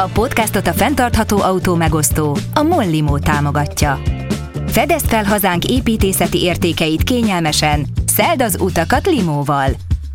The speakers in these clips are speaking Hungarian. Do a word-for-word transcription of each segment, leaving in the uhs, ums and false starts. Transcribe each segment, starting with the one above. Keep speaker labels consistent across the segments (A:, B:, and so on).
A: A podcastot a fenntartható autó megosztó, a Mollimó támogatja. Fedezd fel hazánk építészeti értékeit kényelmesen, szeld az utakat limóval!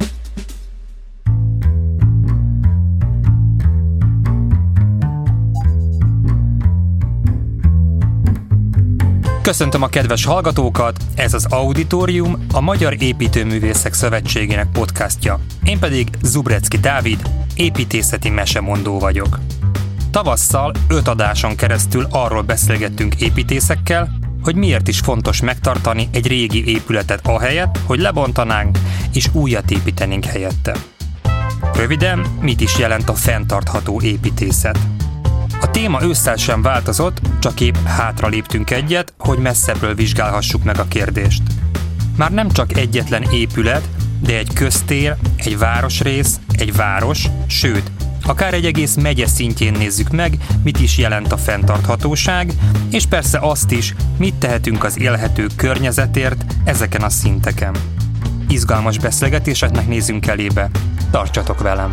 B: Köszöntöm a kedves hallgatókat, ez az Auditorium, a Magyar Építőművészek Szövetségének podcastja. Én pedig Zubrecki Dávid, építészeti mesemondó vagyok. Tavasszal öt adáson keresztül arról beszélgettünk építészekkel, hogy miért is fontos megtartani egy régi épületet ahelyett, hogy lebontanánk és újat építenénk helyette. Röviden, mit is jelent a fenntartható építészet? A téma ősszel sem változott, csak épp hátra léptünk egyet, hogy messzebbről vizsgálhassuk meg a kérdést. Már nem csak egyetlen épület, de egy köztér, egy városrész, egy város, sőt, akár egy egész megye szintjén nézzük meg, mit is jelent a fenntarthatóság, és persze azt is, mit tehetünk az élhető környezetért ezeken a szinteken. Izgalmas beszélgetéseknek nézzünk elébe. Tartsatok velem!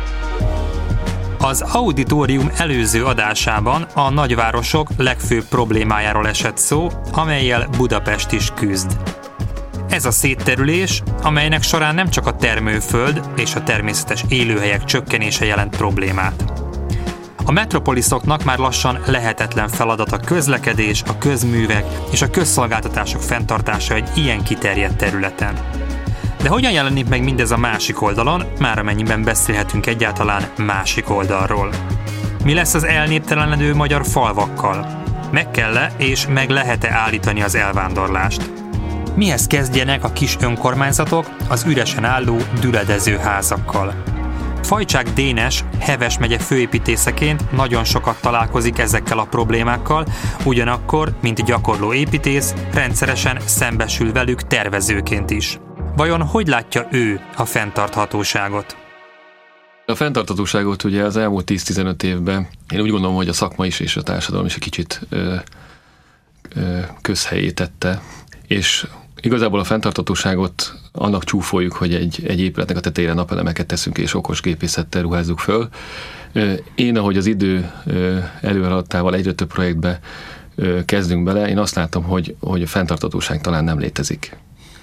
B: Az Auditorium előző adásában a nagyvárosok legfőbb problémájáról esett szó, amellyel Budapest is küzd. Ez a szétterülés, amelynek során nem csak a termőföld és a természetes élőhelyek csökkenése jelent problémát. A metropoliszoknak már lassan lehetetlen feladat a közlekedés, a közművek és a közszolgáltatások fenntartása egy ilyen kiterjedt területen. De hogyan jelenik meg mindez a másik oldalon, már amennyiben beszélhetünk egyáltalán másik oldalról? Mi lesz az elnéptelenedő magyar falvakkal? Meg kell-e és meg lehet-e állítani az elvándorlást? Mihez kezdjenek a kis önkormányzatok az üresen álló, düledező házakkal? Fajcsák Dénes, Heves megye főépítészeként nagyon sokat találkozik ezekkel a problémákkal, ugyanakkor, mint gyakorló építész, rendszeresen szembesül velük tervezőként is. Vajon hogy látja ő a fenntarthatóságot?
C: A fenntarthatóságot ugye az elmúlt tíz-tizenöt évben én úgy gondolom, hogy a szakma is és a társadalom is egy kicsit ö, ö, közhelyé tette, és igazából a fenntarthatóságot annak csúfoljuk, hogy egy, egy épületnek a tetejére napelemeket teszünk és okos gépészettel ruházzuk föl. Én, ahogy az idő előhaladtával egyre több projektbe kezdünk bele, én azt látom, hogy, hogy a fenntarthatóság talán nem létezik.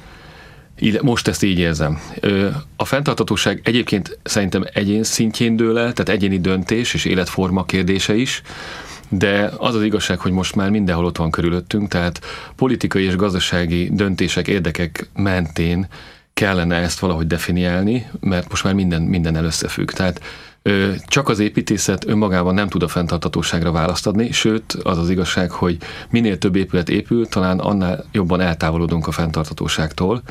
C: Most ezt így érzem. A fenntarthatóság egyébként szerintem egyén szintjén dől el, tehát egyéni döntés és életforma kérdése is, de az az igazság, hogy most már mindenhol ott van körülöttünk, tehát politikai és gazdasági döntések, érdekek mentén kellene ezt valahogy definiálni, mert most már minden, mindennel összefügg. Tehát csak az építészet önmagában nem tud a fenntarthatóságra választ adni, sőt, az az igazság, hogy minél több épület épül, talán annál jobban eltávolodunk a fenntarthatóságtól.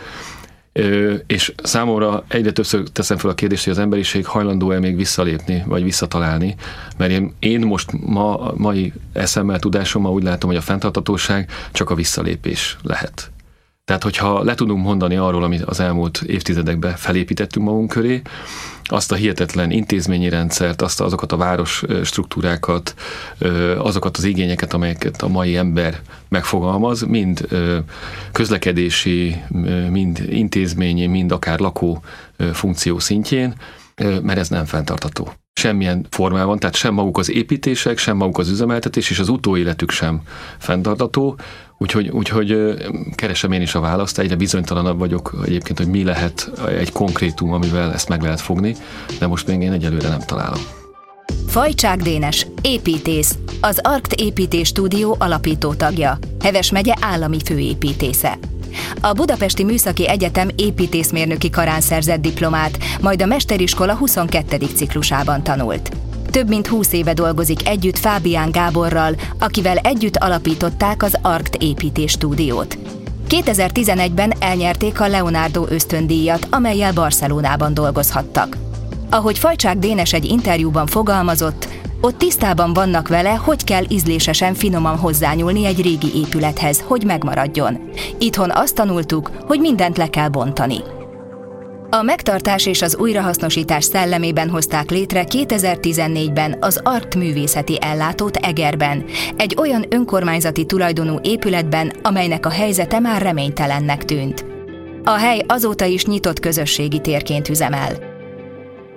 C: És számomra egyre többször teszem fel a kérdést, hogy az emberiség hajlandó-e még visszalépni, vagy visszatalálni, mert én, én most ma, mai eszemmel, tudásommal úgy látom, hogy a fenntarthatóság csak a visszalépés lehet. Tehát, hogyha le tudunk mondani arról, amit az elmúlt évtizedekben felépítettünk magunk köré, azt a hihetetlen intézményi rendszert, azt azokat a város struktúrákat, azokat az igényeket, amelyeket a mai ember megfogalmaz, mind közlekedési, mind intézményi, mind akár lakó funkció szintjén, mert ez nem fenntartható. Semmilyen formában, tehát sem maguk az építések, sem maguk az üzemeltetés, és az utóéletük sem fenntartható, úgyhogy, úgyhogy keresem én is a választ, egyre bizonytalanabb vagyok egyébként, hogy mi lehet egy konkrétum, amivel ezt meg lehet fogni, de most még én egyelőre nem találom.
A: Fajcsák Dénes, építész, az Arkt Építés Stúdió alapító tagja, Heves megye állami főépítésze. A Budapesti Műszaki Egyetem építészmérnöki karán szerzett diplomát, majd a mesteriskola huszonkettedik ciklusában tanult. Több mint húsz éve dolgozik együtt Fábián Gáborral, akivel együtt alapították az Arkt Építés Stúdiót. kétezer-tizenegyben elnyerték a Leonardo ösztöndíjat, amellyel Barcelonában dolgozhattak. Ahogy Fajcsák Dénes egy interjúban fogalmazott, ott tisztában vannak vele, hogy kell ízlésesen finoman hozzányúlni egy régi épülethez, hogy megmaradjon. Itthon azt tanultuk, hogy mindent le kell bontani. A megtartás és az újrahasznosítás szellemében hozták létre kétezer-tizennégyben az Arkt művészeti ellátót Egerben, egy olyan önkormányzati tulajdonú épületben, amelynek a helyzete már reménytelennek tűnt. A hely azóta is nyitott közösségi térként üzemel.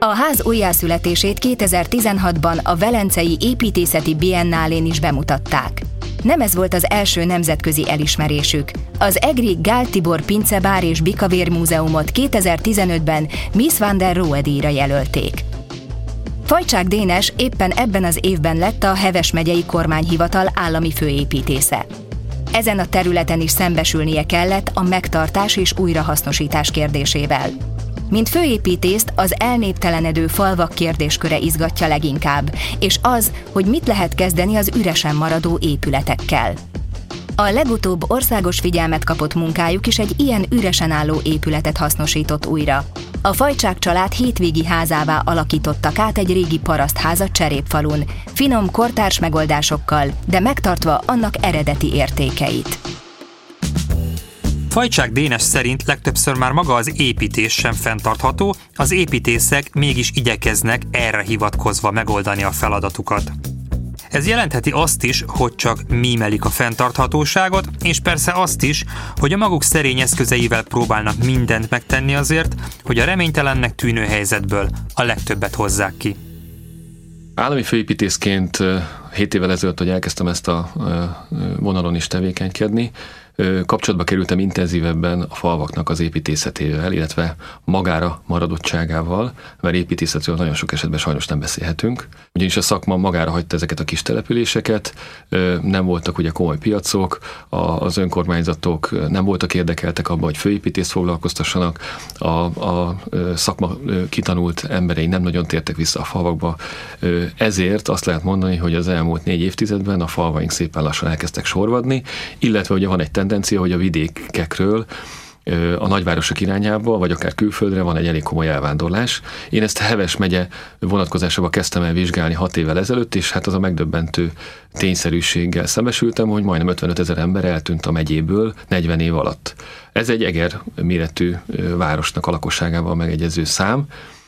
A: A ház újjászületését kétezer-tizenhatban a Velencei Építészeti Biennálén is bemutatták. Nem ez volt az első nemzetközi elismerésük. Az egri Gál Tibor Pincebár és Bikavér Múzeumot kétezer-tizenötben Miss van der Rohe díjra jelölték. Fajcsák Dénes éppen ebben az évben lett a Heves megyei kormányhivatal állami főépítésze. Ezen a területen is szembesülnie kellett a megtartás és újrahasznosítás kérdésével. Mint főépítészt az elnéptelenedő falvak kérdésköre izgatja leginkább, és az, hogy mit lehet kezdeni az üresen maradó épületekkel. A legutóbb országos figyelmet kapott munkájuk is egy ilyen üresen álló épületet hasznosított újra. A Fajcsák család hétvégi házává alakítottak át egy régi parasztházat Cserépfalun, finom kortárs megoldásokkal, de megtartva annak eredeti értékeit.
B: Fajcsák Dénes szerint legtöbbször már maga az építés sem fenntartható, az építészek mégis igyekeznek erre hivatkozva megoldani a feladatukat. Ez jelentheti azt is, hogy csak mímelik a fenntarthatóságot, és persze azt is, hogy a maguk szerény eszközeivel próbálnak mindent megtenni azért, hogy a reménytelennek tűnő helyzetből a legtöbbet hozzák ki.
C: Állami főépítészként hét évvel ezelőtt, hogy elkezdtem ezt a vonalon is tevékenykedni, kapcsolatba kerültem intenzívebben a falvaknak az építészetével, illetve magára maradottságával, mert építészetről nagyon sok esetben sajnos nem beszélhetünk. Ugyanis a szakma magára hagyta ezeket a kis településeket, nem voltak ugye komoly piacok, az önkormányzatok nem voltak érdekeltek abban, hogy főépítészt foglalkoztassanak, a, a szakma kitanult emberei nem nagyon tértek vissza a falvakba, ezért azt lehet mondani, hogy az elmúlt négy évtizedben a falvaink szépen lassan elkezdtek sorvadni, illetve ugye van egy tendencia, hogy a vidékekről a nagyvárosok irányába, vagy akár külföldre van egy elég komoly elvándorlás. Én ezt a Heves megye vonatkozásában kezdtem el vizsgálni hat évvel ezelőtt, és hát az a megdöbbentő tényszerűséggel szembesültem, hogy majdnem ötvenöt ezer ember eltűnt a megyéből negyven év alatt. Ez egy Eger méretű városnak a lakosságával megegyező szám,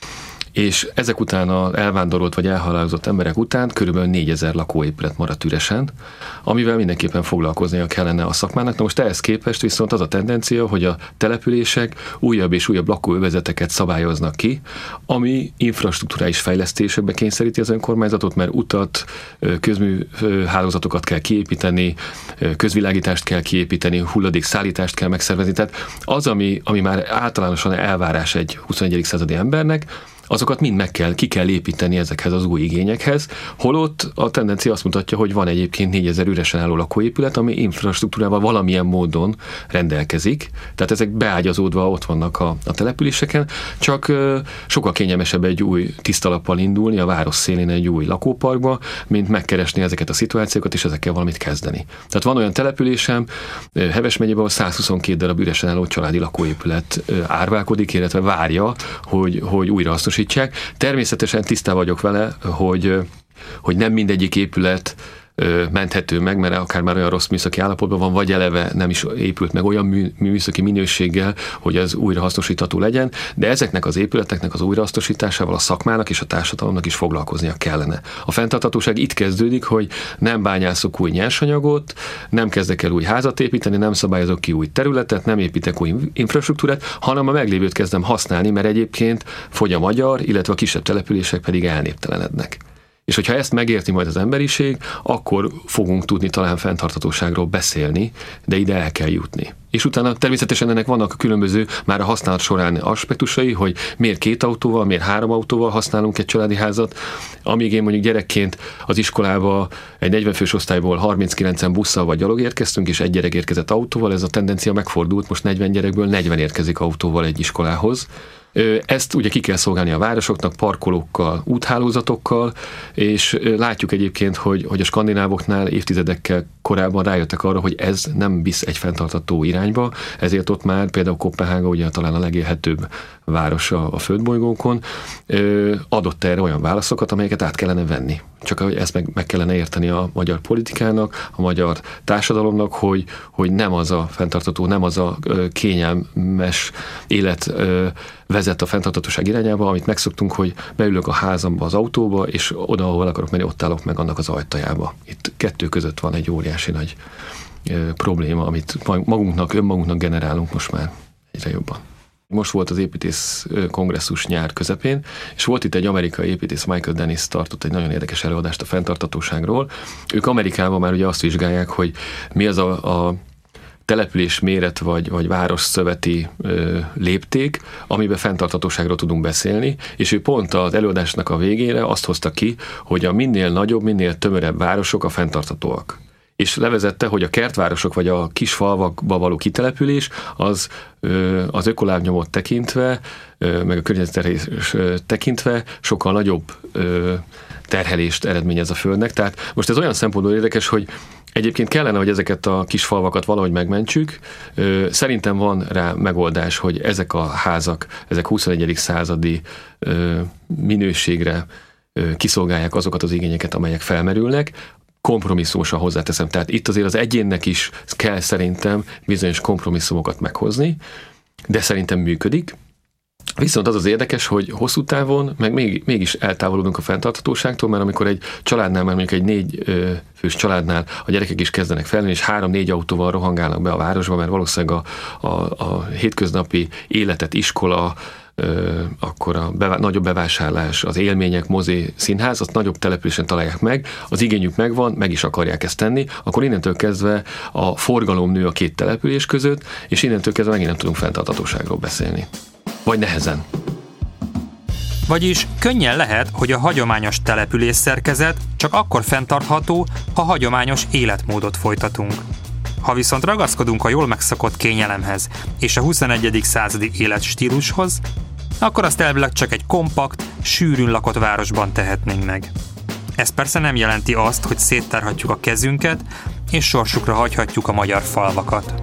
C: és ezek után az elvándorolt vagy elhalálozott emberek után körülbelül négyezer lakóépület maradt üresen, amivel mindenképpen foglalkoznia kellene a szakmának. Na most ehhez képest viszont az a tendencia, hogy a települések újabb és újabb lakóövezeteket szabályoznak ki, ami infrastrukturális fejlesztésekbe kényszeríti az önkormányzatot, mert utat, közműhálózatokat kell kiépíteni, közvilágítást kell kiépíteni, hulladékszállítást kell megszervezni. Tehát az, ami, ami már általánosan elvárás egy huszonegyedik századi embernek, azokat mind meg kell, ki kell építeni ezekhez az új igényekhez, holott a tendencia azt mutatja, hogy van egyébként négyezer üresen álló lakóépület, ami infrastruktúrával valamilyen módon rendelkezik, tehát ezek beágyazódva ott vannak a, a településeken, csak uh, sokkal kényelmesebb egy új tisztalappal indulni a város szélén egy új lakóparkba, mint megkeresni ezeket a szituációkat, és ezekkel valamit kezdeni. Tehát van olyan településem, uh, Heves megyében, ahol százhuszonkettő darab üresen álló családi lakóépület uh, árválkodik, illetve várja, hogy, hogy újra hasznosítsák. Természetesen tisztában vagyok vele, hogy, hogy nem mindegyik épület menthető meg, mert akár már olyan rossz műszaki állapotban van, vagy eleve nem is épült meg olyan mű, műszaki minőséggel, hogy az újrahasznosítható legyen, de ezeknek az épületeknek az újrahasznosításával a szakmának és a társadalomnak is foglalkoznia kellene. A fenntarthatóság itt kezdődik, hogy nem bányászok új nyersanyagot, nem kezdek el új házat építeni, nem szabályozok ki új területet, nem építek új infrastruktúrát, hanem a meglévőt kezdem használni, mert egyébként fogy a magyar, illetve a kisebb települések pedig elnéptelenednek. És hogyha ezt megérti majd az emberiség, akkor fogunk tudni talán fenntarthatóságról beszélni, de ide el kell jutni. És utána természetesen ennek vannak a különböző már a használat során aspektusai, hogy miért két autóval, miért három autóval használunk egy családi házat, amíg én mondjuk gyerekként az iskolába egy negyven fős osztályból harminckilencen busszal vagy gyalog érkeztünk, és egy gyerek érkezett autóval, ez a tendencia megfordult, most negyven gyerekből negyven érkezik autóval egy iskolához. Ezt ugye ki kell szolgálni a városoknak, parkolókkal, úthálózatokkal, és látjuk egyébként, hogy, hogy a skandinávoknál évtizedekkel korábban rájöttek arra, hogy ez nem visz egy fenntartható irányba, ezért ott már például Koppenhága, ugye talán a legélhetőbb város a, a földbolygónkon, adott erre olyan válaszokat, amelyeket át kellene venni. Csak ezt meg, meg kellene érteni a magyar politikának, a magyar társadalomnak, hogy, hogy nem az a fenntartható, nem az a kényelmes élet vezet a fenntarthatóság irányába, amit megszoktunk, hogy beülök a házamba, az autóba, és oda, ahol akarok menni, ott állok meg annak az ajtajába. Itt kettő között van egy óriási nagy probléma, amit magunknak, önmagunknak generálunk most már egyre jobban. Most volt az építész kongresszus nyár közepén, és volt itt egy amerikai építész, Michael Dennis tartott egy nagyon érdekes előadást a fenntarthatóságról. Ők Amerikában már ugye azt vizsgálják, hogy mi az a, a település méret vagy, vagy város szöveti ö, lépték, amiben fenntarthatóságról tudunk beszélni, és ő pont az előadásnak a végére azt hozta ki, hogy a minél nagyobb, minél tömörebb városok a fenntarthatóak. És levezette, hogy a kertvárosok vagy a kis falvakba való kitelepülés az az ökolábnyomot tekintve, meg a környezetterhelés tekintve sokkal nagyobb terhelést eredményez a Földnek. Tehát most ez olyan szempontból érdekes, hogy egyébként kellene, hogy ezeket a kis falvakat valahogy megmentsük. Szerintem van rá megoldás, hogy ezek a házak, ezek huszonegyedik századi minőségre kiszolgálják azokat az igényeket, amelyek felmerülnek. Kompromisszumosan hozzáteszem. Tehát itt azért az egyénnek is kell szerintem bizonyos kompromisszumokat meghozni, de szerintem működik. Viszont az az érdekes, hogy hosszú távon meg még, mégis eltávolodunk a fenntarthatóságtól, mert amikor egy családnál, már mondjuk egy négy fős családnál a gyerekek is kezdenek felnőni, és három-négy autóval rohangálnak be a városba, mert valószínűleg a, a, a hétköznapi életet, iskola, Ö, akkor a bevá- nagyobb bevásárlás, az élmények, mozi, színház, azt nagyobb településen találják meg, az igényük megvan, meg is akarják ezt tenni, akkor innentől kezdve a forgalom nő a két település között, és innentől kezdve megint nem tudunk fenntarthatóságról beszélni. Vagy nehezen.
B: Vagyis könnyen lehet, hogy a hagyományos település szerkezet csak akkor fenntartható, ha hagyományos életmódot folytatunk. Ha viszont ragaszkodunk a jól megszokott kényelemhez és a huszonegyedik századi életstílushoz, akkor azt elvileg csak egy kompakt, sűrűn lakott városban tehetnénk meg. Ez persze nem jelenti azt, hogy széttárhatjuk a kezünket, és sorsukra hagyhatjuk a magyar falvakat.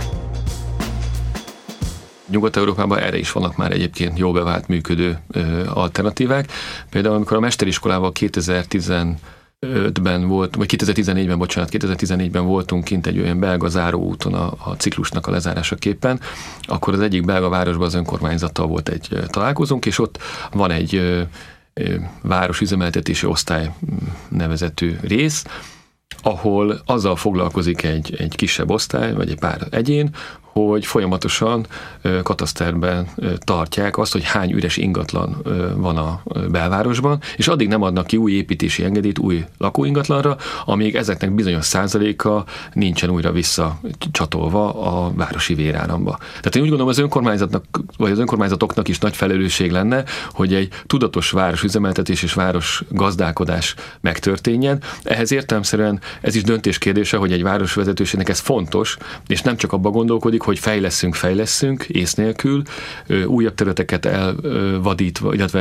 C: Nyugat-Európában erre is vannak már egyébként jól bevált működő ö, alternatívák. Például amikor a mesteriskolával kétezer-tizenötben volt, vagy kétezer-tizennégyben, bocsánat, kétezer-tizennégyben voltunk kint egy olyan belga záróúton a, a ciklusnak a lezárásaképpen, akkor az egyik belga városban az önkormányzattal volt egy ö, találkozónk, és ott van egy ö, ö, városüzemeltetési osztály nevezetű rész, ahol azzal foglalkozik egy, egy kisebb osztály, vagy egy pár egyén, hogy folyamatosan kataszterben tartják azt, hogy hány üres ingatlan van a belvárosban, és addig nem adnak ki új építési engedélyt új lakóingatlanra, amíg ezeknek bizonyos százaléka nincsen újra visszacsatolva a városi véráramba. Tehát én úgy gondolom, az önkormányzatnak, vagy az önkormányzatoknak is nagy felelősség lenne, hogy egy tudatos városüzemeltetés és város gazdálkodás megtörténjen. Ehhez értelemszerűen ez is döntés kérdése, hogy egy városvezetőségnek ez fontos, és nem csak abba gondolkodik, hogy fejleszünk, fejleszünk, ész nélkül, újabb területeket elvadítva, illetve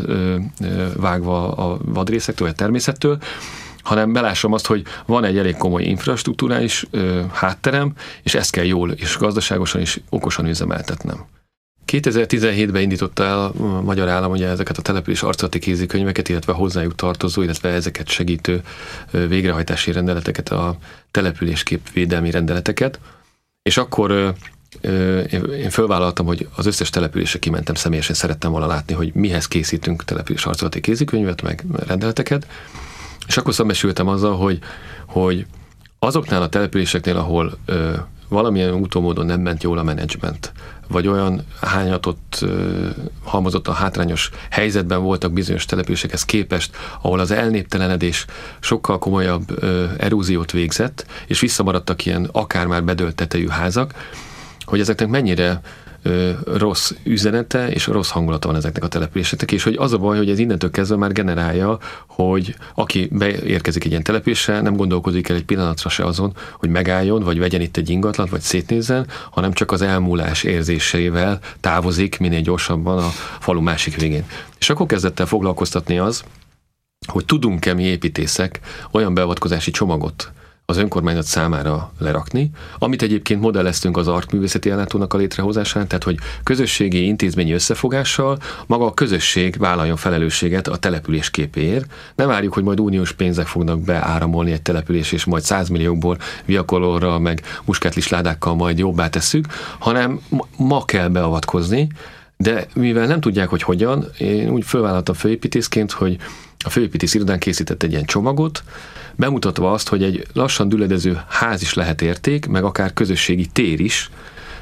C: elvágva a vadrészektől, vagy a természettől, hanem belássam azt, hogy van egy elég komoly infrastruktúrális hátterem, és ezt kell jól és gazdaságosan és okosan üzemeltetnem. kétezer-tizenhétben indította el a magyar állam ugye ezeket a település arculati kézikönyveket, illetve hozzájuk tartozó, illetve ezeket segítő végrehajtási rendeleteket, a településképvédelmi rendeleteket, és akkor ö, ö, én fölvállaltam, hogy az összes településre kimentem, személyesen szerettem volna látni, hogy mihez készítünk település arculati kézikönyvet, meg rendeleteket, és akkor szembesültem azzal, hogy, hogy azoknál a településeknél, ahol ö, valamilyen úton módon nem ment jól a menedzsment, vagy olyan hányatott, ö, halmozottan hátrányos helyzetben voltak bizonyos településekhez képest, ahol az elnéptelenedés sokkal komolyabb ö, eróziót végzett, és visszamaradtak ilyen akár már bedölt tetejű házak, hogy ezeknek mennyire ö, rossz üzenete és rossz hangulata van ezeknek a településeknek, és hogy az a baj, hogy ez innentől kezdve már generálja, hogy aki beérkezik egy ilyen településre, nem gondolkodik el egy pillanatra se azon, hogy megálljon, vagy vegyen itt egy ingatlant, vagy szétnézzen, hanem csak az elmúlás érzéseivel távozik minél gyorsabban a falu másik végén. És akkor kezdett el foglalkoztatni az, hogy tudunk-e mi építészek olyan beavatkozási csomagot az önkormányzat számára lerakni, amit egyébként modelleztünk az ARK művészeti ellátónak a létrehozásán, tehát hogy közösségi intézményi összefogással maga a közösség vállaljon felelősséget a település képéért. Nem várjuk, hogy majd uniós pénzek fognak beáramolni egy település, és majd százmilliókból viakolorral, meg muskátlisládákkal majd jobbá tesszük, hanem ma kell beavatkozni, de mivel nem tudják, hogy hogyan, én úgy fölvállaltam főépítészként, hogy a főépítész irodán készített egy ilyen csomagot, bemutatva azt, hogy egy lassan düledező ház is lehet érték, meg akár közösségi tér is,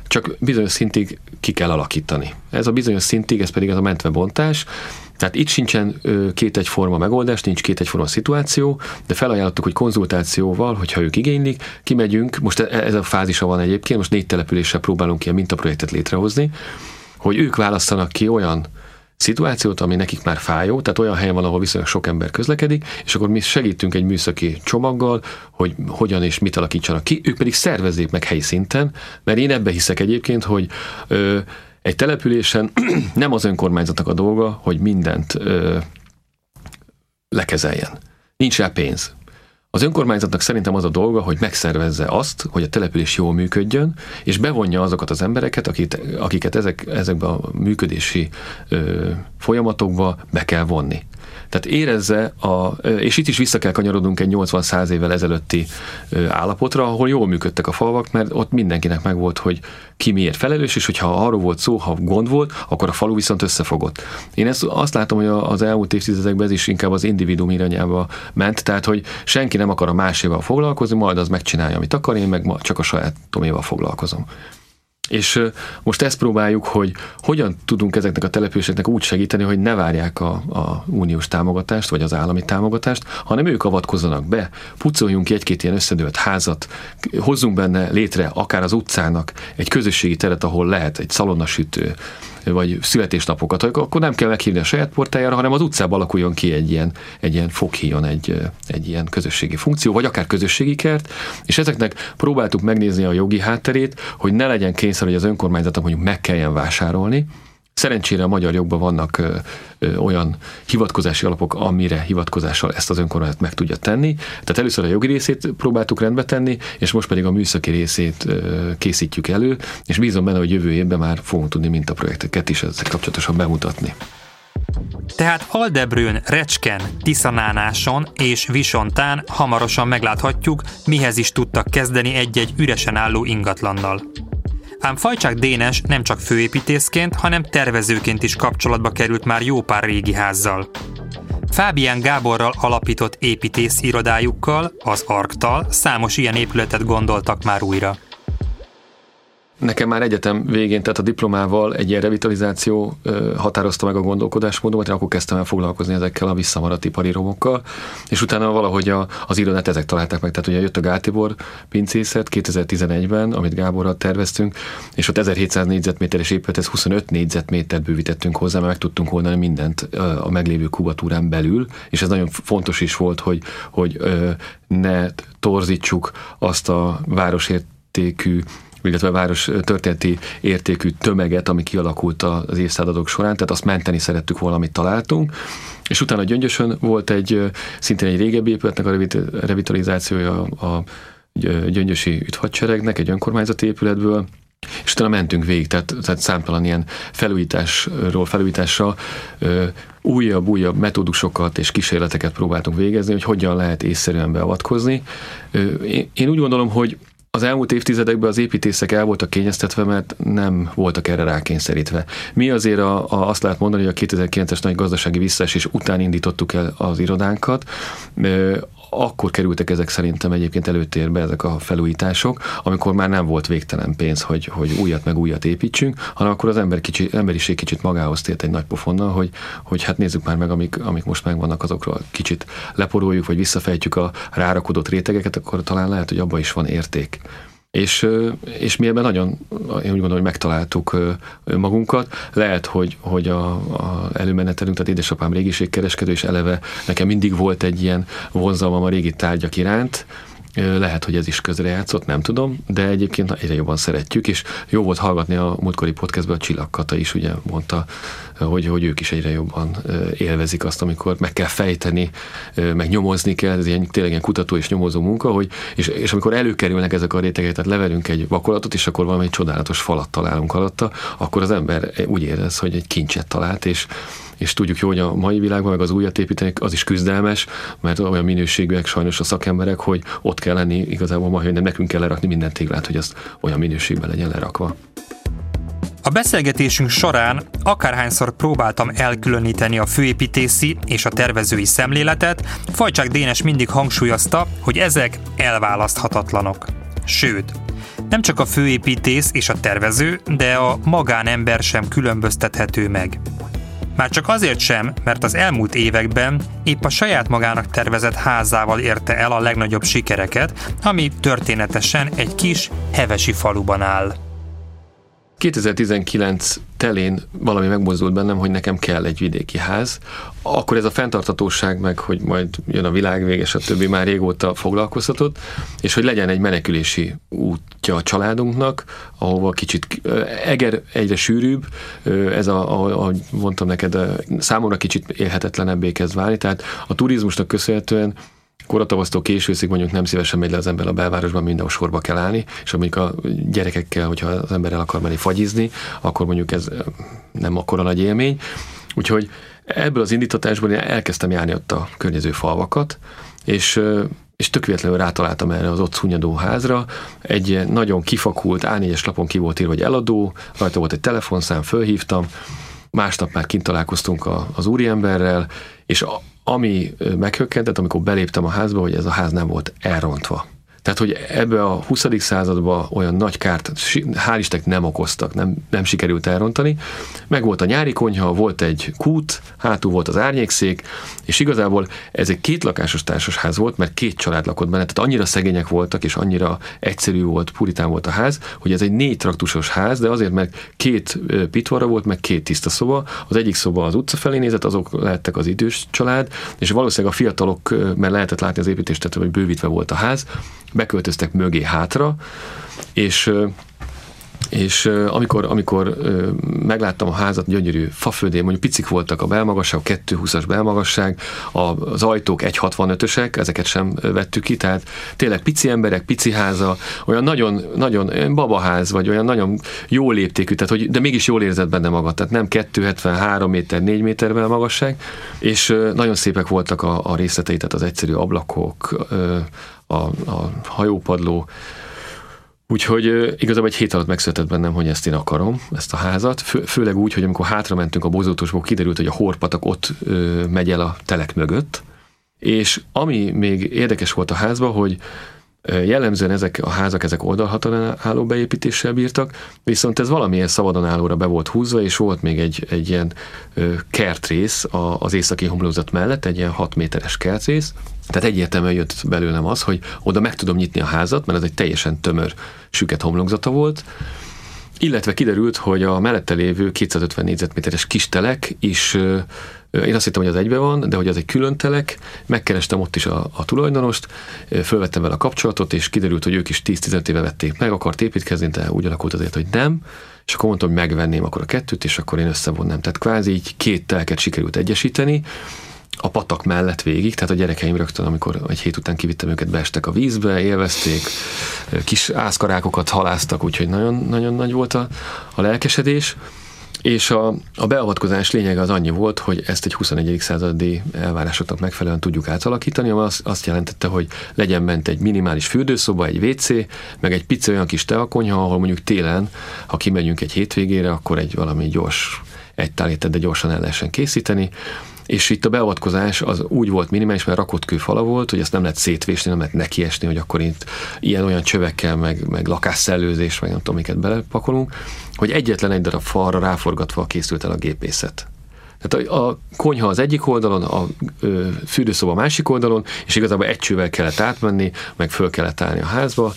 C: csak bizonyos szintig ki kell alakítani. Ez a bizonyos szintig, ez pedig ez a mentve-bontás. Tehát itt sincsen két egyforma megoldás, nincs két egyforma szituáció, de felajánlottuk, hogy konzultációval, hogyha ők igénylik, kimegyünk, most ez a fázisa van egyébként, most négy településsel próbálunk ilyen mintaprojektet létrehozni, hogy ők választanak ki olyan szituációt, ami nekik már fájó, tehát olyan helyen van, ahol viszonylag sok ember közlekedik, és akkor mi segítünk egy műszaki csomaggal, hogy hogyan és mit alakítsanak ki, ők pedig szervezzék meg helyi szinten, mert én ebbe hiszek egyébként, hogy ö, egy településen nem az önkormányzatnak a dolga, hogy mindent ö, lekezeljen. Nincs rá pénz. Az önkormányzatnak szerintem az a dolga, hogy megszervezze azt, hogy a település jól működjön, és bevonja azokat az embereket, akit, akiket ezek, ezekbe a működési ö, folyamatokba be kell vonni. Tehát érezze, a, és itt is vissza kell kanyarodnunk egy nyolcvan-száz évvel ezelőtti állapotra, ahol jól működtek a falvak, mert ott mindenkinek megvolt, hogy ki miért felelős, és hogyha arról volt szó, ha gond volt, akkor a falu viszont összefogott. Én ezt azt látom, hogy az elmúlt évtizedekben ez is inkább az individuum irányába ment, tehát hogy senki nem akar a máséval foglalkozni, majd az megcsinálja, amit akar, én meg csak a saját toméval foglalkozom. És most ezt próbáljuk, hogy hogyan tudunk ezeknek a településeknek úgy segíteni, hogy ne várják a, a uniós támogatást, vagy az állami támogatást, hanem ők avatkozzanak be, pucoljunk ki egy-két ilyen összedőlt házat, hozzunk benne létre akár az utcának egy közösségi teret, ahol lehet egy szalonnasütő, vagy születésnapokat, akkor nem kell meghívni a saját portájára, hanem az utcában alakuljon ki egy ilyen, egy ilyen foghíjon, egy, egy ilyen közösségi funkció, vagy akár közösségi kert, és ezeknek próbáltuk megnézni a jogi hátterét, hogy ne legyen kényszer, hogy az önkormányzatnak mondjuk meg kelljen vásárolni. Szerencsére a magyar jogban vannak ö, ö, olyan hivatkozási alapok, amire hivatkozással ezt az önkormányzat meg tudja tenni. Tehát először a jogi részét próbáltuk rendbe tenni, és most pedig a műszaki részét ö, készítjük elő, és bízom benne, hogy jövő évben már fogunk tudni mintaprojekteket is ezzel kapcsolatosan bemutatni.
B: Tehát Aldebrőn, Recsken, Tiszanánáson és Visontán hamarosan megláthatjuk, mihez is tudtak kezdeni egy-egy üresen álló ingatlannal. Ám Fajcsák Dénes nem csak főépítészként, hanem tervezőként is kapcsolatba került már jó pár régi házzal. Fábián Gáborral alapított építész irodájukkal, az Arctal számos ilyen épületet gondoltak már újra.
C: Nekem már egyetem végén, tehát a diplomával egy ilyen revitalizáció ö, határozta meg a gondolkodásmódomat, én akkor kezdtem el foglalkozni ezekkel a visszamaradt ipari romokkal, és utána valahogy a, az irodát ezek találták meg, tehát ugye jött a Gál Tibor pincészet kétezer-tizenegyben, amit Gáborral terveztünk, és ott ezerhétszáz négyzetméteres épülethez huszonöt négyzetmétert bővítettünk hozzá, mert meg tudtunk oldani mindent a meglévő kubatúrán belül, és ez nagyon fontos is volt, hogy, hogy ö, ne torzítsuk azt a városértékű, illetve a város történeti értékű tömeget, ami kialakult az évszázadok során, tehát azt menteni szerettük volna, amit találtunk. És utána Gyöngyösön volt egy, szintén egy régebbi épületnek a revitalizációja a gyöngyösi üthadseregnek, egy önkormányzati épületből, és utána mentünk végig, tehát, tehát számtalan ilyen felújításról felújításra újabb, újabb metódusokat és kísérleteket próbáltunk végezni, hogy hogyan lehet észszerűen beavatkozni. Én úgy gondolom, hogy az elmúlt évtizedekben az építészek el voltak kényeztetve, mert nem voltak erre rákényszerítve. Mi azért a, a, azt lehet mondani, hogy a kétezer-kilences nagy gazdasági visszaesés után indítottuk el az irodánkat, akkor kerültek ezek szerintem egyébként előtérbe ezek a felújítások, amikor már nem volt végtelen pénz, hogy, hogy újat meg újat építsünk, hanem akkor az ember kicsi, emberiség kicsit magához tért egy nagy pofonnal, hogy, hogy hát nézzük már meg, amik, amik most megvannak, azokról kicsit leporoljuk, vagy visszafejtjük a rárakodott rétegeket, akkor talán lehet, hogy abban is van érték. És, és mi ebben nagyon, én úgy gondolom, hogy megtaláltuk magunkat. Lehet, hogy, hogy a, a előmenetelünk, tehát édesapám régiségkereskedő, és eleve nekem mindig volt egy ilyen vonzalmam a régi tárgyak iránt. Lehet, hogy ez is közrejátszott, nem tudom, de egyébként egyre jobban szeretjük, és jó volt hallgatni a múltkori podcastben, a Csillag Kata is ugye mondta, hogy, hogy ők is egyre jobban élvezik azt, amikor meg kell fejteni, meg nyomozni kell, ez ilyen, tényleg ilyen kutató és nyomozó munka, hogy, és, és amikor előkerülnek ezek a rétegek, tehát levelünk egy vakolatot, és akkor valami csodálatos falat találunk alatta, akkor az ember úgy érez, hogy egy kincset talált, és és tudjuk jó, hogy a mai világban meg az újat építeni, az is küzdelmes, mert olyan minőségűek sajnos a szakemberek, hogy ott kell lenni igazából majd, hogy nem nekünk kell lerakni minden téglát, hogy az olyan minőségben legyen lerakva.
B: A beszélgetésünk során akárhányszor próbáltam elkülöníteni a főépítészi és a tervezői szemléletet, Fajcsák Dénes mindig hangsúlyozta, hogy ezek elválaszthatatlanok. Sőt, Nem csak a főépítész és a tervező, de a magánember sem különböztethető meg. Már csak azért sem, mert az elmúlt években épp a saját magának tervezett házával érte el a legnagyobb sikereket, ami történetesen egy kis hevesi faluban áll.
C: kétezer-tizenkilenc telén valami megmozdult bennem, hogy nekem kell egy vidéki ház. Akkor ez a fenntarthatóság meg, hogy majd jön a világvég, és a többi már régóta foglalkoztatott, és hogy legyen egy menekülési útja a családunknak, ahova kicsit Eger egyre sűrűbb, ez a, ahogy mondtam neked, számomra kicsit élhetetlenebbé kezd válni, tehát a turizmusnak köszönhetően koratavasztól későszig mondjuk nem szívesen megy le az ember a belvárosban, mindenhol sorba kell állni, és mondjuk a gyerekekkel, hogyha az ember el akar menni fagyizni, akkor mondjuk ez nem akkora nagy élmény. Úgyhogy ebből az indítatásból én elkezdtem járni ott a környező falvakat, és, és tök véletlenül rátaláltam erre az ott szunnyadó házra. Egy nagyon kifakult á négyes lapon ki volt írva, hogy eladó, rajta volt egy telefonszám, fölhívtam, másnap már kint találkoztunk a, az úriemberrel, és a, ami meghökkentett, amikor beléptem a házba, hogy ez a ház nem volt elrontva. Tehát, hogy ebbe a huszadik században olyan nagy kárt, hál' Istennek nem okoztak, nem, nem sikerült elrontani. Meg volt a nyári konyha, volt egy kút, hátul volt az árnyékszék, és igazából ez egy kétlakásos társasház volt, mert két család lakott benne, tehát annyira szegények voltak, és annyira egyszerű volt, puritán volt a ház, hogy ez egy négy traktusos ház, de azért, mert két pitvara volt, meg két tiszta szoba. Az egyik szoba az utca felé nézett, azok lehettek az idős család, és valószínűleg a fiatalok, mert lehetett látni az építést, hogy bővítve volt a ház, beköltöztek mögé hátra, és, és amikor, amikor megláttam a házat, gyönyörű faföldé, mondjuk picik voltak a belmagasság, kettő húszas belmagasság, az ajtók egy hatvanötösek, ezeket sem vettük ki, tehát tényleg pici emberek, pici háza, olyan nagyon, nagyon babaház, vagy olyan nagyon jó léptékű, tehát hogy, de mégis jól érzed benne magad, tehát nem kettő hetvenhárom méter, négy méter belmagasság, és nagyon szépek voltak a, a részletei, tehát az egyszerű ablakok, A, a hajópadló. Úgyhogy igazából egy hét alatt megszületett bennem, hogy ezt én akarom, ezt a házat. Fő, főleg úgy, hogy amikor hátra mentünk a Bozótosból, kiderült, hogy a Horpatak ott ö, megy el a telek mögött. És ami még érdekes volt a házban, hogy jellemzően ezek a házak, ezek oldalhaton álló beépítéssel bírtak, viszont ez valamilyen szabadon állóra be volt húzva, és volt még egy, egy ilyen ö, kertrész az északi homlokzat mellett, egy ilyen hat méteres kertrész. Tehát egyértelműen jött belőlem az, hogy oda meg tudom nyitni a házat, mert ez egy teljesen tömör, süket homlokzata volt, illetve kiderült, hogy a mellette lévő kétszázötven négyzetméteres kis telek is, én azt hittem, hogy az egybe van, de hogy az egy külön telek, megkerestem ott is a, a tulajdonost, fölvettem vele a kapcsolatot, és kiderült, hogy ők is tíz-tizenöt éve vették meg, akart építkezni, de úgy alakult azért, hogy nem, és akkor mondtam, hogy megvenném akkor a kettőt, és akkor én összevonnám. Tehát kvázi így két telket sikerült egyesíteni, a patak mellett végig, tehát a gyerekeim rögtön, amikor egy hét után kivittem őket, beestek a vízbe, élvezték, kis ászkarákokat haláztak, úgyhogy nagyon, nagyon nagy volt a, a lelkesedés, és a, a beavatkozás lényege az annyi volt, hogy ezt egy huszonegyedik századi elvárásoknak megfelelően tudjuk átalakítani, ami azt, azt jelentette, hogy legyen bent egy minimális fürdőszoba, egy vé cé, meg egy pici olyan kis teakonyha, ahol mondjuk télen, ha kimegyünk egy hétvégére, akkor egy valami gyors, egy tálétet, de gyorsan el lehessen készíteni. És itt a beavatkozás az úgy volt minimális, mert rakott kőfala volt, hogy ezt nem lehet szétvésni, nem lehet nekiesni, hogy akkor itt ilyen-olyan csövekkel, meg, meg lakásszellőzés, meg nem tudom, miket belepakolunk, hogy egyetlen egy darab falra ráforgatva készült el a gépészet. Tehát a, a konyha az egyik oldalon, a ö, fürdőszoba a másik oldalon, és igazából egy csővel kellett átmenni, meg föl kellett állni a házba,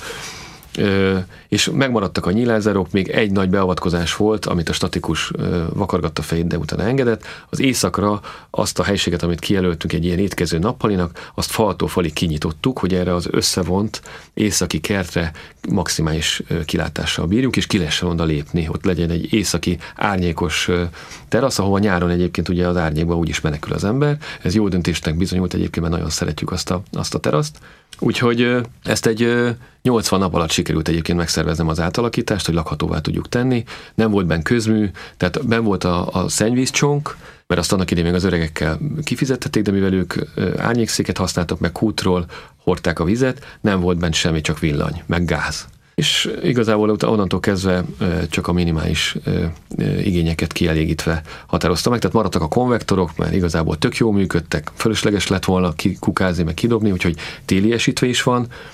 C: Ö, és megmaradtak a nyílászárok, még egy nagy beavatkozás volt, amit a statikus ö, vakargatta fejét, de utána engedett. Az éjszakra azt a helységet, amit kijelöltünk egy ilyen étkező nappalinak, azt faltól falig kinyitottuk, hogy erre az összevont északi kertre maximális ö, kilátással bírjuk, és ki lehessen oda lépni. Ott legyen egy északi árnyékos ö, terasz, ahova nyáron egyébként ugye az árnyékban úgyis menekül az ember. Ez jó döntésnek bizonyult egyébként, mert nagyon szeretjük azt a, azt a teraszt. Úgyhogy ezt egy nyolcvan nap alatt sikerült egyébként megszerveznem az átalakítást, hogy lakhatóvá tudjuk tenni. Nem volt benn közmű, tehát benn volt a, a szennyvízcsonk, mert azt annak idején még az öregekkel kifizettették, de mivel ők árnyékszéket használtak, meg kútról hordták a vizet, nem volt bent semmi, csak villany, meg gáz. És igazából onnantól kezdve csak a minimális igényeket kielégítve határoztam meg, tehát maradtak a konvektorok, mert igazából tök jól működtek, fölösleges lett volna kikukázni, meg kidobni, úgyhogy téliesítve is van,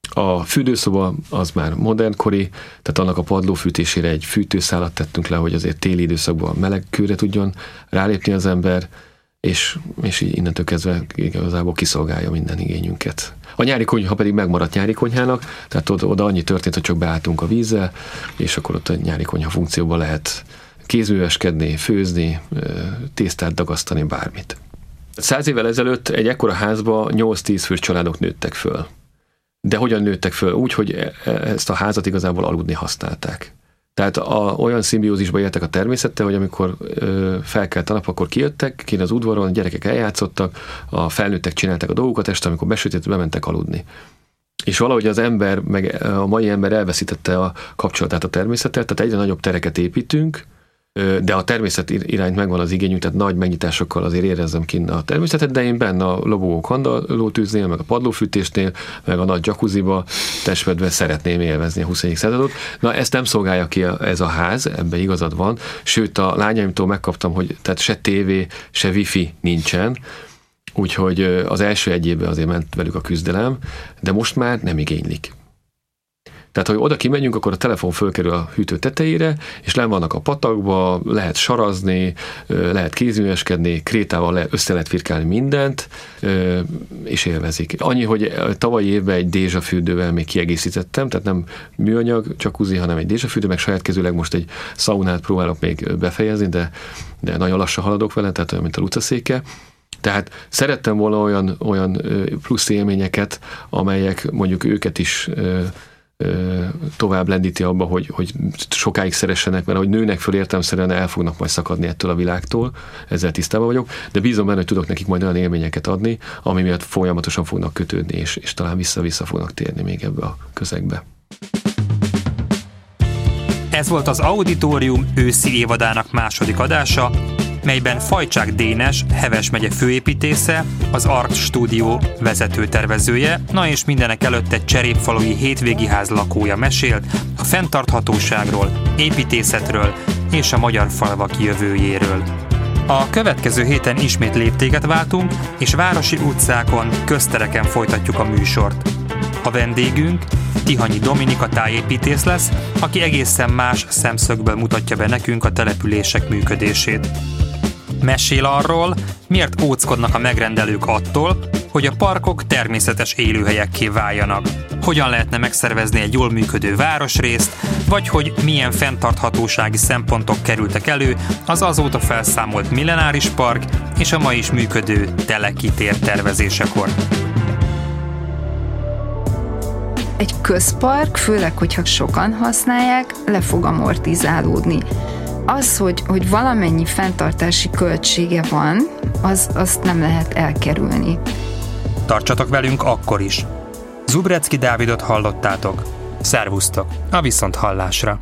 C: A fürdőszoba az már modernkori, tehát annak a padlófűtésére egy fűtőszálat tettünk le, hogy azért téli időszakban meleg kőre tudjon rálépni az ember, és, és így innentől kezdve igazából kiszolgálja minden igényünket. A nyári konyha pedig megmaradt nyári konyhának, tehát oda, oda annyi történt, hogy csak beálltunk a vízzel, és akkor ott a nyári konyha funkcióban lehet kézműveskedni, főzni, tésztát dagasztani, bármit. Száz évvel ezelőtt egy ekkora házba nyolc-tíz fős családok nőttek föl. De hogyan nőttek föl? Úgy, hogy ezt a házat igazából aludni használták. Tehát a, olyan szimbiózisba éltek a természettel, hogy amikor ö, felkelt a nap, akkor kijöttek, kint az udvaron, a gyerekek eljátszottak, a felnőttek csinálták a dolgokat, este, amikor besütött, bementek aludni. És valahogy az ember, meg a mai ember elveszítette a kapcsolatát a természettel, tehát egyre nagyobb tereket építünk, de a természet irányt megvan az igényünk, tehát nagy megnyitásokkal azért érezzem kint a természetet, de én benne a lobogó kandallótűznél, meg a padlófűtésnél, meg a nagy jacuzziba testvedve szeretném élvezni a huszonegyedik századot. Na, ezt nem szolgálja ki ez a ház, ebben igazad van, sőt a lányaimtól megkaptam, hogy tehát se tévé, se wifi nincsen, úgyhogy az első egy évben azért ment velük a küzdelem, de most már nem igénylik. Tehát, hogy oda kimegyünk, akkor a telefon fölkerül a hűtő tetejére, és lenn vannak a patakba, lehet sarazni, lehet kézműveskedni, krétával le, össze lehet firkálni mindent, és élvezik. Annyi, hogy tavalyi évben egy dézsafürdővel még kiegészítettem, tehát nem műanyag jacuzzi, hanem egy dézsafürdő, meg saját kezűleg most egy szaunát próbálok még befejezni, de, de nagyon lassan haladok vele, tehát olyan, mint a lucaszéke. Tehát szerettem volna olyan, olyan plusz élményeket, amelyek mondjuk őket is tovább lendíti abba, hogy, hogy sokáig szeressenek, mert ahogy nőnek föl értelemszerűen el fognak majd szakadni ettől a világtól, ezzel tisztában vagyok, de bízom benne, hogy tudok nekik majd olyan élményeket adni, ami miatt folyamatosan fognak kötődni, és, és talán vissza-vissza fognak térni még ebbe a közegbe.
B: Ez volt az Auditorium őszi évadának második adása, melyben Fajcsák Dénes, Heves megye főépítésze, az Arkt Stúdió vezetőtervezője, na és mindenek előtt egy cserépfalui hétvégi ház lakója mesélt a fenntarthatóságról, építészetről és a magyar falvak jövőjéről. A következő héten ismét léptéket váltunk, és városi utcákon, köztereken folytatjuk a műsort. A vendégünk Tihanyi Dominika tájépítész lesz, aki egészen más szemszögből mutatja be nekünk a települések működését. Mesél arról, miért óckodnak a megrendelők attól, hogy a parkok természetes élőhelyekké váljanak, hogyan lehetne megszervezni egy jól működő városrészt, vagy hogy milyen fenntarthatósági szempontok kerültek elő az azóta felszámolt millenáris park és a ma is működő Teleki-tér tervezésekor.
D: Egy közpark, főleg, hogyha sokan használják, le fog amortizálódni. Az, hogy, hogy valamennyi fenntartási költsége van, az, azt nem lehet elkerülni.
B: Tartsatok velünk akkor is. Zubrecki Dávidot hallottátok. Szervusztok, a viszonthallásra.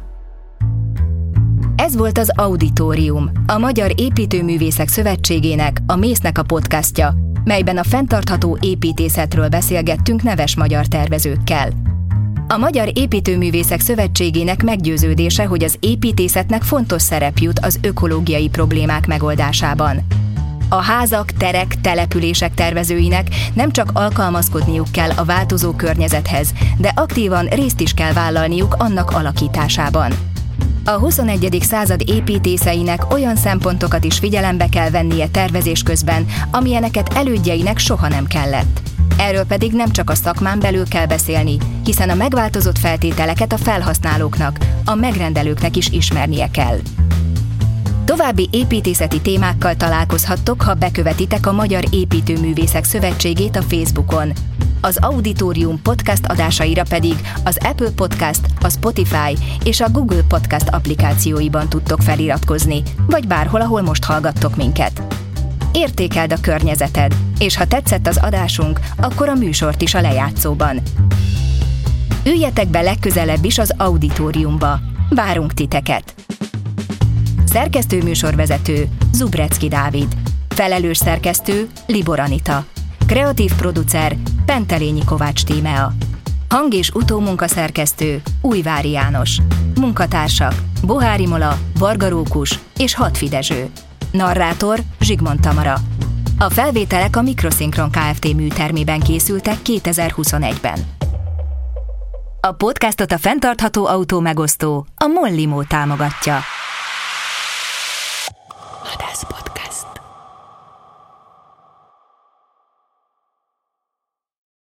A: Ez volt az Auditorium, a Magyar Építőművészek Szövetségének, a mésznek a podcastja, melyben a fenntartható építészetről beszélgettünk neves magyar tervezőkkel. A Magyar Építőművészek Szövetségének meggyőződése, hogy az építészetnek fontos szerep jut az ökológiai problémák megoldásában. A házak, terek, települések tervezőinek nem csak alkalmazkodniuk kell a változó környezethez, de aktívan részt is kell vállalniuk annak alakításában. A huszonegyedik század építészeinek olyan szempontokat is figyelembe kell vennie tervezés közben, amilyeneket elődjeinek soha nem kellett. Erről pedig nem csak a szakmán belül kell beszélni, hiszen a megváltozott feltételeket a felhasználóknak, a megrendelőknek is ismernie kell. További építészeti témákkal találkozhattok, ha bekövetitek a Magyar Építőművészek Szövetségét a Facebookon. Az Auditorium podcast adásaira pedig az Apple Podcast, a Spotify és a Google Podcast applikációiban tudtok feliratkozni, vagy bárhol, ahol most hallgattok minket. Értékeld a környezeted, és ha tetszett az adásunk, akkor a műsort is a lejátszóban. Üljetek be legközelebb is az Auditoriumba. Várunk titeket! Szerkesztő műsorvezető Zubrecki Dávid. Felelős szerkesztő Libor Anita. Kreatív producer Pentelényi Kovács Tímea. Hang- és utómunkaszerkesztő Újvári János. Munkatársak Bohári Mola, Varga Rókus és Hatfi Dezső. Narrátor Zsigmond Tamara. A felvételek a Mikroszinkron Kft. Műtermében készültek kétezer-huszonegyben. A podcastot a fenntartható autó megosztó, a Mollimo támogatja. Podcast.